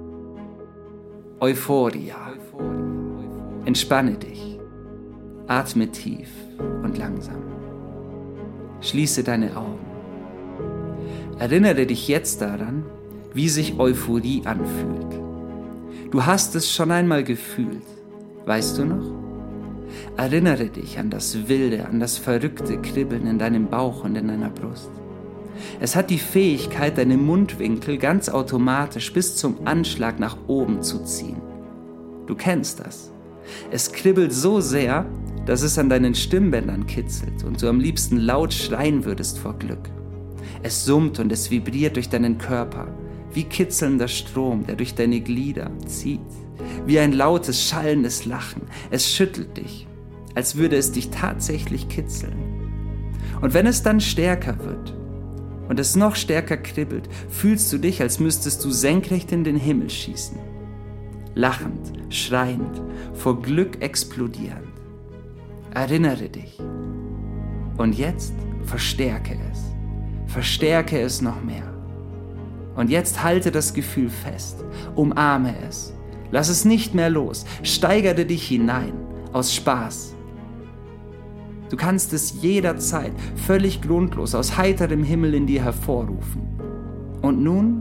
Euphoria. Entspanne dich. Atme tief und langsam. Schließe deine Augen. Erinnere dich jetzt daran, wie sich Euphorie anfühlt. Du hast es schon einmal gefühlt. Weißt du noch? Erinnere dich an das wilde, an das verrückte Kribbeln in deinem Bauch und in deiner Brust. Es hat die Fähigkeit, deine Mundwinkel ganz automatisch bis zum Anschlag nach oben zu ziehen. Du kennst das. Es kribbelt so sehr, dass es an deinen Stimmbändern kitzelt und du am liebsten laut schreien würdest vor Glück. Es summt und es vibriert durch deinen Körper, wie kitzelnder Strom, der durch deine Glieder zieht. Wie ein lautes, schallendes Lachen. Es schüttelt dich, als würde es dich tatsächlich kitzeln. Und wenn es dann stärker wird und es noch stärker kribbelt, fühlst du dich, als müsstest du senkrecht in den Himmel schießen. Lachend, schreiend, vor Glück explodierend. Erinnere dich. Und jetzt verstärke es. Verstärke es noch mehr. Und jetzt halte das Gefühl fest. Umarme es. Lass es nicht mehr los. Steigere dich hinein. Aus Spaß. Du kannst es jederzeit, völlig grundlos, aus heiterem Himmel in dir hervorrufen. Und nun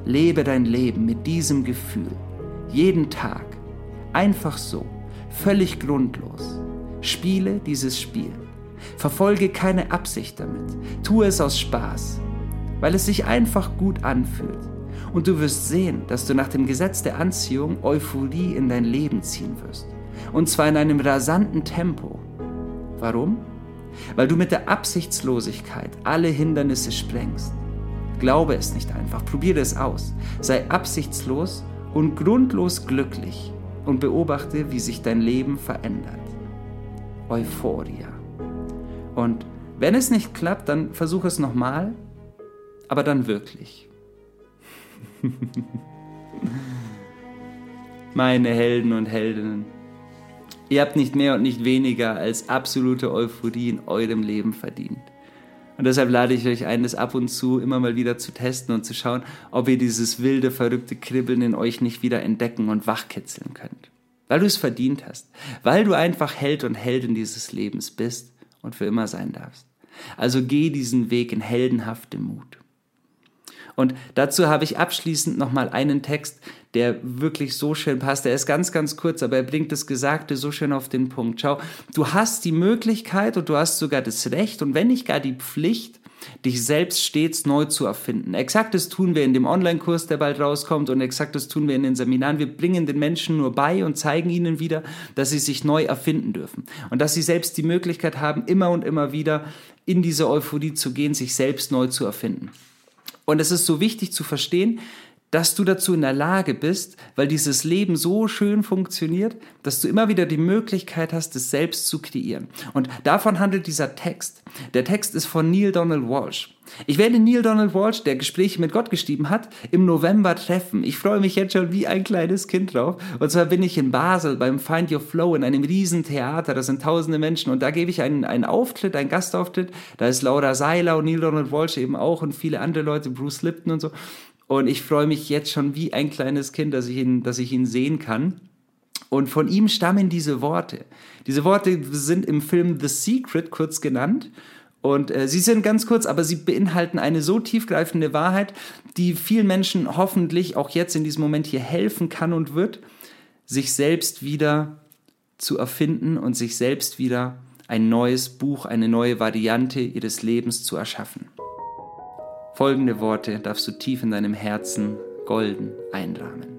lebe dein Leben mit diesem Gefühl. Jeden Tag. Einfach so. Völlig grundlos. Spiele dieses Spiel. Verfolge keine Absicht damit. Tue es aus Spaß, weil es sich einfach gut anfühlt. Und du wirst sehen, dass du nach dem Gesetz der Anziehung Euphorie in dein Leben ziehen wirst. Und zwar in einem rasanten Tempo. Warum? Weil du mit der Absichtslosigkeit alle Hindernisse sprengst. Glaube es nicht einfach, probiere es aus. Sei absichtslos und grundlos glücklich und beobachte, wie sich dein Leben verändert. Euphoria. Und wenn es nicht klappt, dann versuch es nochmal, aber dann wirklich. Meine Helden und Heldinnen, ihr habt nicht mehr und nicht weniger als absolute Euphorie in eurem Leben verdient. Und deshalb lade ich euch ein, das ab und zu immer mal wieder zu testen und zu schauen, ob ihr dieses wilde, verrückte Kribbeln in euch nicht wieder entdecken und wachkitzeln könnt. Weil du es verdient hast. Weil du einfach Held und Heldin dieses Lebens bist und für immer sein darfst. Also geh diesen Weg in heldenhaftem Mut. Und dazu habe ich abschließend nochmal einen Text, der wirklich so schön passt. Der ist ganz, ganz kurz, aber er bringt das Gesagte so schön auf den Punkt. Schau, du hast die Möglichkeit und du hast sogar das Recht und wenn nicht gar die Pflicht, dich selbst stets neu zu erfinden. Exakt das tun wir in dem Online-Kurs, der bald rauskommt und exakt das tun wir in den Seminaren. Wir bringen den Menschen nur bei und zeigen ihnen wieder, dass sie sich neu erfinden dürfen und dass sie selbst die Möglichkeit haben, immer und immer wieder in diese Euphorie zu gehen, sich selbst neu zu erfinden. Und es ist so wichtig zu verstehen, dass du dazu in der Lage bist, weil dieses Leben so schön funktioniert, dass du immer wieder die Möglichkeit hast, es selbst zu kreieren. Und davon handelt dieser Text. Der Text ist von Neale Donald Walsch. Ich werde Neale Donald Walsch, der Gespräche mit Gott geschrieben hat, im November treffen. Ich freue mich jetzt schon wie ein kleines Kind drauf. Und zwar bin ich in Basel beim Find Your Flow in einem riesen Theater. Da sind tausende Menschen und da gebe ich einen Auftritt, einen Gastauftritt. Da ist Laura Seiler und Neale Donald Walsch eben auch und viele andere Leute, Bruce Lipton und so. Und ich freue mich jetzt schon wie ein kleines Kind, dass ich ihn sehen kann. Und von ihm stammen diese Worte. Diese Worte sind im Film The Secret kurz genannt. Und sie sind ganz kurz, aber sie beinhalten eine so tiefgreifende Wahrheit, die vielen Menschen hoffentlich auch jetzt in diesem Moment hier helfen kann und wird, sich selbst wieder zu erfinden und sich selbst wieder ein neues Buch, eine neue Variante ihres Lebens zu erschaffen. Folgende Worte darfst du tief in deinem Herzen golden einrahmen.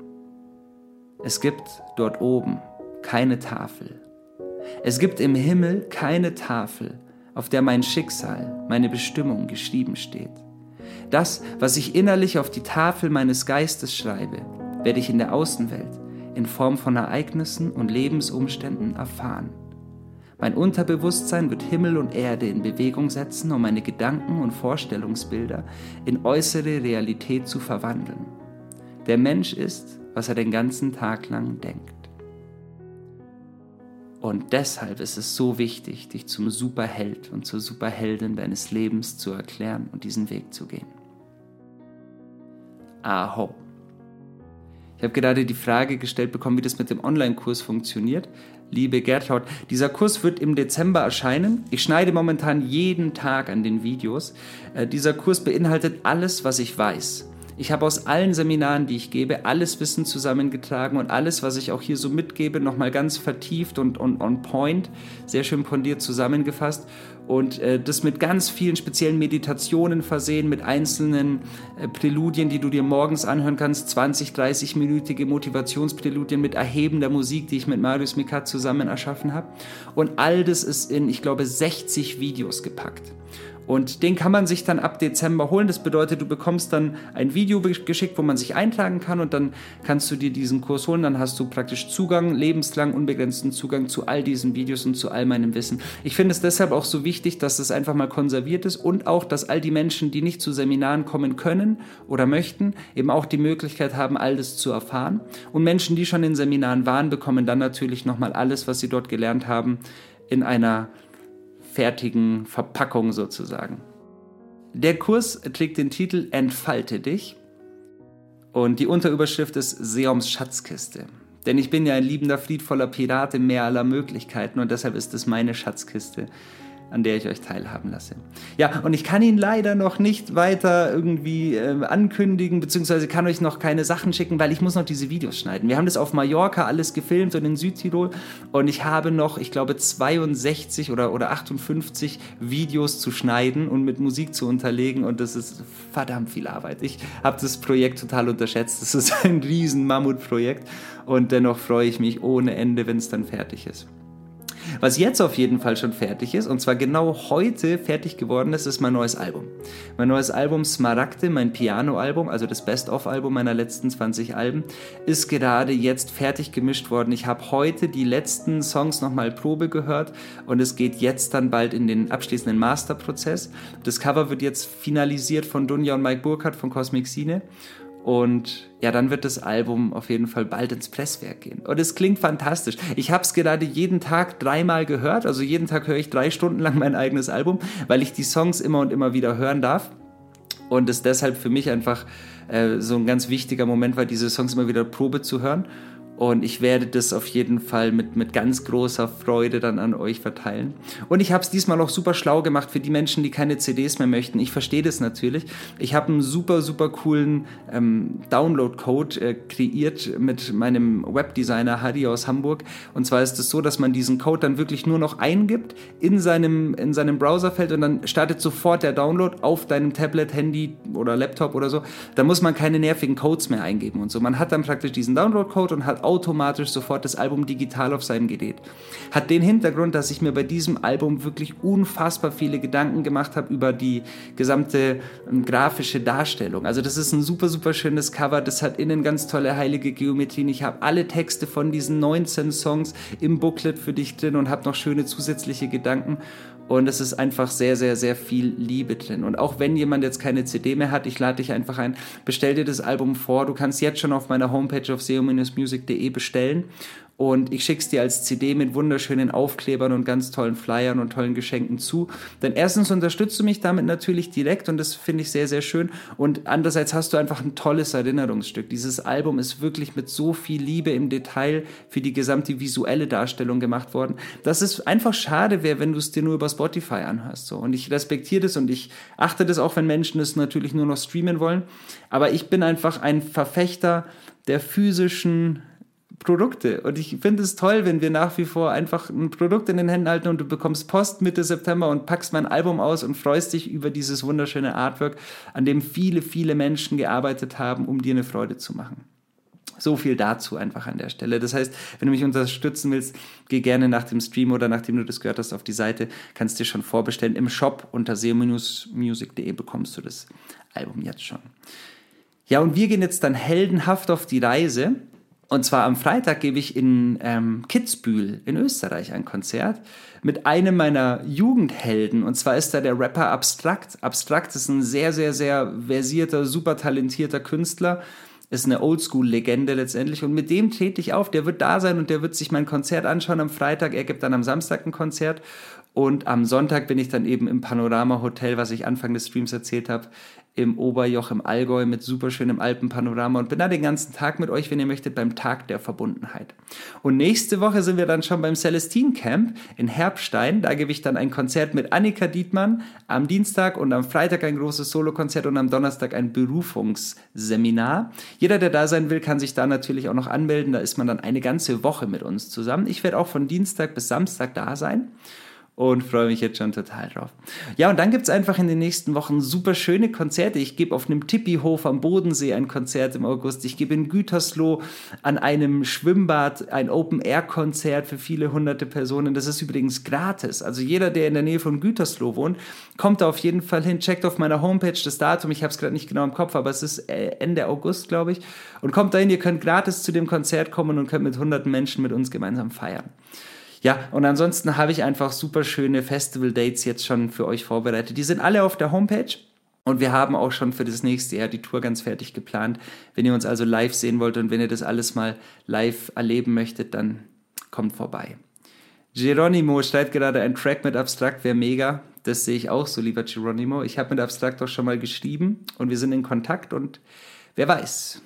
Es gibt dort oben keine Tafel. Es gibt im Himmel keine Tafel, auf der mein Schicksal, meine Bestimmung geschrieben steht. Das, was ich innerlich auf die Tafel meines Geistes schreibe, werde ich in der Außenwelt in Form von Ereignissen und Lebensumständen erfahren. Mein Unterbewusstsein wird Himmel und Erde in Bewegung setzen, um meine Gedanken und Vorstellungsbilder in äußere Realität zu verwandeln. Der Mensch ist, was er den ganzen Tag lang denkt. Und deshalb ist es so wichtig, dich zum Superheld und zur Superheldin deines Lebens zu erklären und diesen Weg zu gehen. Aho. Ich habe gerade die Frage gestellt bekommen, wie das mit dem Online-Kurs funktioniert. Liebe Gertraud, dieser Kurs wird im Dezember erscheinen. Ich schneide momentan jeden Tag an den Videos. Dieser Kurs beinhaltet alles, was ich weiß. Ich habe aus allen Seminaren, die ich gebe, alles Wissen zusammengetragen und alles, was ich auch hier so mitgebe, nochmal ganz vertieft und on point, sehr schön pondiert zusammengefasst und das mit ganz vielen speziellen Meditationen versehen, mit einzelnen Präludien, die du dir morgens anhören kannst, 20-, 30-minütige Motivationspräludien mit erhebender Musik, die ich mit Marius Mikat zusammen erschaffen habe. Und all das ist in, ich glaube, 60 Videos gepackt. Und den kann man sich dann ab Dezember holen. Das bedeutet, du bekommst dann ein Video geschickt, wo man sich eintragen kann und dann kannst du dir diesen Kurs holen. Dann hast du praktisch Zugang, lebenslang unbegrenzten Zugang zu all diesen Videos und zu all meinem Wissen. Ich finde es deshalb auch so wichtig, dass es einfach mal konserviert ist und auch, dass all die Menschen, die nicht zu Seminaren kommen können oder möchten, eben auch die Möglichkeit haben, all das zu erfahren. Und Menschen, die schon in Seminaren waren, bekommen dann natürlich nochmal alles, was sie dort gelernt haben, in einer fertigen Verpackung sozusagen. Der Kurs trägt den Titel Entfalte dich und die Unterüberschrift ist Seoms Schatzkiste. Denn ich bin ja ein liebender, friedvoller Pirat im Meer aller Möglichkeiten und deshalb ist es meine Schatzkiste, an der ich euch teilhaben lasse. Ja, und ich kann ihn leider noch nicht weiter irgendwie ankündigen, beziehungsweise kann euch noch keine Sachen schicken, weil ich muss noch diese Videos schneiden. Wir haben das auf Mallorca alles gefilmt und in Südtirol und ich habe noch, ich glaube, 62 oder 58 Videos zu schneiden und mit Musik zu unterlegen und das ist verdammt viel Arbeit. Ich habe das Projekt total unterschätzt. Das ist ein riesen Mammutprojekt und dennoch freue ich mich ohne Ende, wenn es dann fertig ist. Was jetzt auf jeden Fall schon fertig ist, und zwar genau heute fertig geworden ist mein neues Album. Mein neues Album Smaragde, mein Piano-Album, also das Best-of-Album meiner letzten 20 Alben, ist gerade jetzt fertig gemischt worden. Ich habe heute die letzten Songs nochmal Probe gehört und es geht jetzt dann bald in den abschließenden Masterprozess. Das Cover wird jetzt finalisiert von Dunja und Mike Burkhardt von Cosmic Scene. Und ja, dann wird das Album auf jeden Fall bald ins Presswerk gehen. Und es klingt fantastisch. Ich habe es gerade jeden Tag 3-mal gehört. Also jeden Tag höre ich 3 Stunden lang mein eigenes Album, weil ich die Songs immer und immer wieder hören darf. Und es deshalb für mich einfach so ein ganz wichtiger Moment war, diese Songs immer wieder Probe zu hören. Und ich werde das auf jeden Fall mit ganz großer Freude dann an euch verteilen. Und ich habe es diesmal auch super schlau gemacht für die Menschen, die keine CDs mehr möchten. Ich verstehe das natürlich. Ich habe einen super, super coolen Download-Code kreiert mit meinem Webdesigner Hadi aus Hamburg. Und zwar ist es so, dass man diesen Code dann wirklich nur noch eingibt in seinem Browserfeld und dann startet sofort der Download auf deinem Tablet, Handy oder Laptop oder so. Da muss man keine nervigen Codes mehr eingeben und so. Man hat dann praktisch diesen Download-Code und hat automatisch sofort das Album digital auf seinem Gerät. Hat den Hintergrund, dass ich mir bei diesem Album wirklich unfassbar viele Gedanken gemacht habe über die gesamte grafische Darstellung. Also das ist ein super, super schönes Cover, das hat innen ganz tolle heilige Geometrien. Ich habe alle Texte von diesen 19 Songs im Booklet für dich drin und habe noch schöne zusätzliche Gedanken. Und es ist einfach sehr, sehr, sehr viel Liebe drin. Und auch wenn jemand jetzt keine CD mehr hat, ich lade dich einfach ein, bestell dir das Album vor. Du kannst jetzt schon auf meiner Homepage auf seo-music.de bestellen. Und ich schicke es dir als CD mit wunderschönen Aufklebern und ganz tollen Flyern und tollen Geschenken zu. Denn erstens unterstützt du mich damit natürlich direkt und das finde ich sehr, sehr schön. Und andererseits hast du einfach ein tolles Erinnerungsstück. Dieses Album ist wirklich mit so viel Liebe im Detail für die gesamte visuelle Darstellung gemacht worden, dass es einfach schade wäre, wenn du es dir nur über Spotify anhörst. So. Und ich respektiere das und ich achte das auch, wenn Menschen es natürlich nur noch streamen wollen. Aber ich bin einfach ein Verfechter der physischen Produkte. Und ich finde es toll, wenn wir nach wie vor einfach ein Produkt in den Händen halten und du bekommst Post Mitte September und packst mein Album aus und freust dich über dieses wunderschöne Artwork, an dem viele, viele Menschen gearbeitet haben, um dir eine Freude zu machen. So viel dazu einfach an der Stelle. Das heißt, wenn du mich unterstützen willst, geh gerne nach dem Stream oder nachdem du das gehört hast auf die Seite, kannst dir schon vorbestellen. Im Shop unter seo-music.de bekommst du das Album jetzt schon. Ja, und wir gehen jetzt dann heldenhaft auf die Reise. Und zwar am Freitag gebe ich in Kitzbühel in Österreich ein Konzert mit einem meiner Jugendhelden. Und zwar ist da der Rapper Abstrakt. Abstrakt ist ein sehr, sehr, sehr versierter, super talentierter Künstler. Ist eine Oldschool-Legende letztendlich. Und mit dem trete ich auf. Der wird da sein und der wird sich mein Konzert anschauen am Freitag. Er gibt dann am Samstag ein Konzert. Und am Sonntag bin ich dann eben im Panorama Hotel, was ich Anfang des Streams erzählt habe, im Oberjoch im Allgäu mit superschönem Alpenpanorama und bin da den ganzen Tag mit euch, wenn ihr möchtet, beim Tag der Verbundenheit. Und nächste Woche sind wir dann schon beim Celestine Camp in Herbstein. Da gebe ich dann ein Konzert mit Annika Dietmann am Dienstag und am Freitag ein großes Solokonzert und am Donnerstag ein Berufungsseminar. Jeder, der da sein will, kann sich da natürlich auch noch anmelden. Da ist man dann eine ganze Woche mit uns zusammen. Ich werde auch von Dienstag bis Samstag da sein. Und freue mich jetzt schon total drauf. Ja, und dann gibt es einfach in den nächsten Wochen super schöne Konzerte. Ich gebe auf einem Tippihof am Bodensee ein Konzert im August. Ich gebe in Gütersloh an einem Schwimmbad ein Open-Air-Konzert für viele hunderte Personen. Das ist übrigens gratis. Also jeder, der in der Nähe von Gütersloh wohnt, kommt da auf jeden Fall hin. Checkt auf meiner Homepage das Datum. Ich habe es gerade nicht genau im Kopf, aber es ist Ende August, glaube ich. Und kommt dahin, ihr könnt gratis zu dem Konzert kommen und könnt mit hunderten Menschen mit uns gemeinsam feiern. Ja, und ansonsten habe ich einfach super schöne Festival-Dates jetzt schon für euch vorbereitet. Die sind alle auf der Homepage und wir haben auch schon für das nächste Jahr die Tour ganz fertig geplant. Wenn ihr uns also live sehen wollt und wenn ihr das alles mal live erleben möchtet, dann kommt vorbei. Geronimo schreibt gerade, ein Track mit Abstrakt wäre mega. Das sehe ich auch so, lieber Geronimo. Ich habe mit Abstrakt auch schon mal geschrieben und wir sind in Kontakt und wer weiß,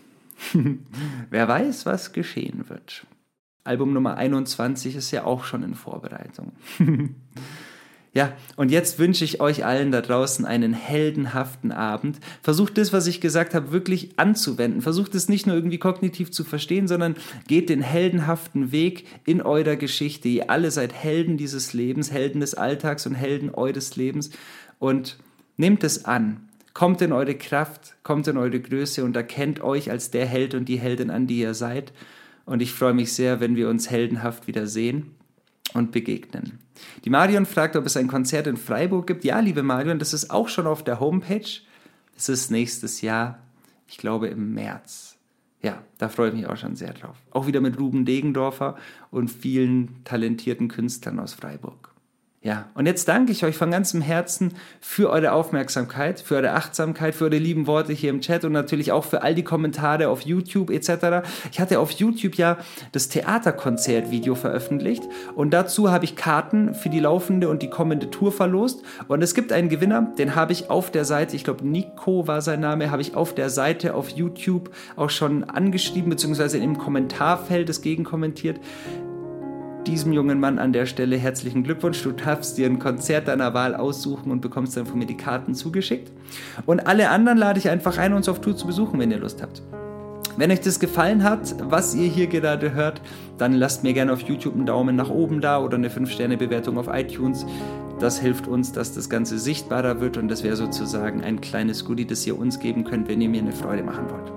wer weiß, was geschehen wird. Album Nummer 21 ist ja auch schon in Vorbereitung. Ja, und jetzt wünsche ich euch allen da draußen einen heldenhaften Abend. Versucht das, was ich gesagt habe, wirklich anzuwenden. Versucht es nicht nur irgendwie kognitiv zu verstehen, sondern geht den heldenhaften Weg in eurer Geschichte. Ihr alle seid Helden dieses Lebens, Helden des Alltags und Helden eures Lebens. Und nehmt es an. Kommt in eure Kraft, kommt in eure Größe und erkennt euch als der Held und die Heldin an, die ihr seid. Und ich freue mich sehr, wenn wir uns heldenhaft wieder sehen und begegnen. Die Marion fragt, ob es ein Konzert in Freiburg gibt. Ja, liebe Marion, das ist auch schon auf der Homepage. Es ist nächstes Jahr, ich glaube im März. Ja, da freue ich mich auch schon sehr drauf. Auch wieder mit Ruben Degendorfer und vielen talentierten Künstlern aus Freiburg. Ja, und jetzt danke ich euch von ganzem Herzen für eure Aufmerksamkeit, für eure Achtsamkeit, für eure lieben Worte hier im Chat und natürlich auch für all die Kommentare auf YouTube etc. Ich hatte auf YouTube ja das Theaterkonzertvideo veröffentlicht und dazu habe ich Karten für die laufende und die kommende Tour verlost und es gibt einen Gewinner, den habe ich auf der Seite, ich glaube Nico war sein Name, habe ich auf der Seite auf YouTube auch schon angeschrieben, beziehungsweise im Kommentarfeld es gegenkommentiert. Diesem jungen Mann an der Stelle herzlichen Glückwunsch. Du darfst dir ein Konzert deiner Wahl aussuchen und bekommst dann von mir die Karten zugeschickt. Und alle anderen lade ich einfach ein, uns auf Tour zu besuchen, wenn ihr Lust habt. Wenn euch das gefallen hat, was ihr hier gerade hört, dann lasst mir gerne auf YouTube einen Daumen nach oben da oder eine 5-Sterne-Bewertung auf iTunes. Das hilft uns, dass das Ganze sichtbarer wird und das wäre sozusagen ein kleines Goodie, das ihr uns geben könnt, wenn ihr mir eine Freude machen wollt.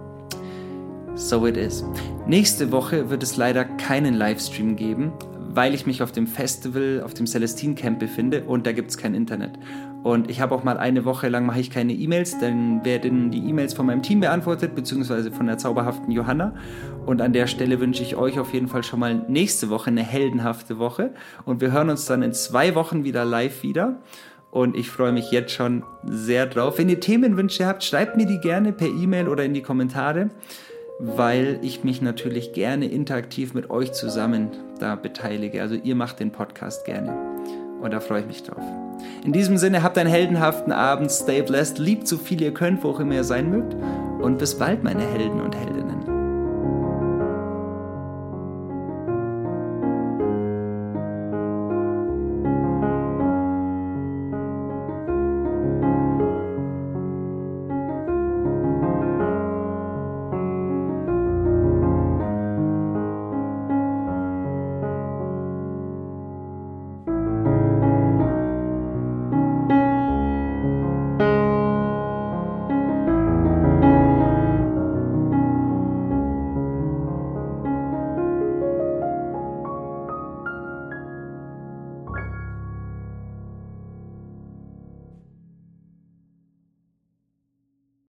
So it is. Nächste Woche wird es leider keinen Livestream geben, weil ich mich auf dem Festival, auf dem Celestine Camp befinde und da gibt es kein Internet. Und ich habe auch mal eine Woche lang mache ich keine E-Mails, dann werden die E-Mails von meinem Team beantwortet, beziehungsweise von der zauberhaften Johanna. Und an der Stelle wünsche ich euch auf jeden Fall schon mal nächste Woche eine heldenhafte Woche. Und wir hören uns dann in 2 Wochen wieder live wieder. Und ich freue mich jetzt schon sehr drauf. Wenn ihr Themenwünsche habt, schreibt mir die gerne per E-Mail oder in die Kommentare, weil ich mich natürlich gerne interaktiv mit euch zusammen da beteilige. Also ihr macht den Podcast gerne und da freue ich mich drauf. In diesem Sinne, habt einen heldenhaften Abend, stay blessed, liebt so viel ihr könnt, wo auch immer ihr sein mögt und bis bald, meine Helden und Heldinnen.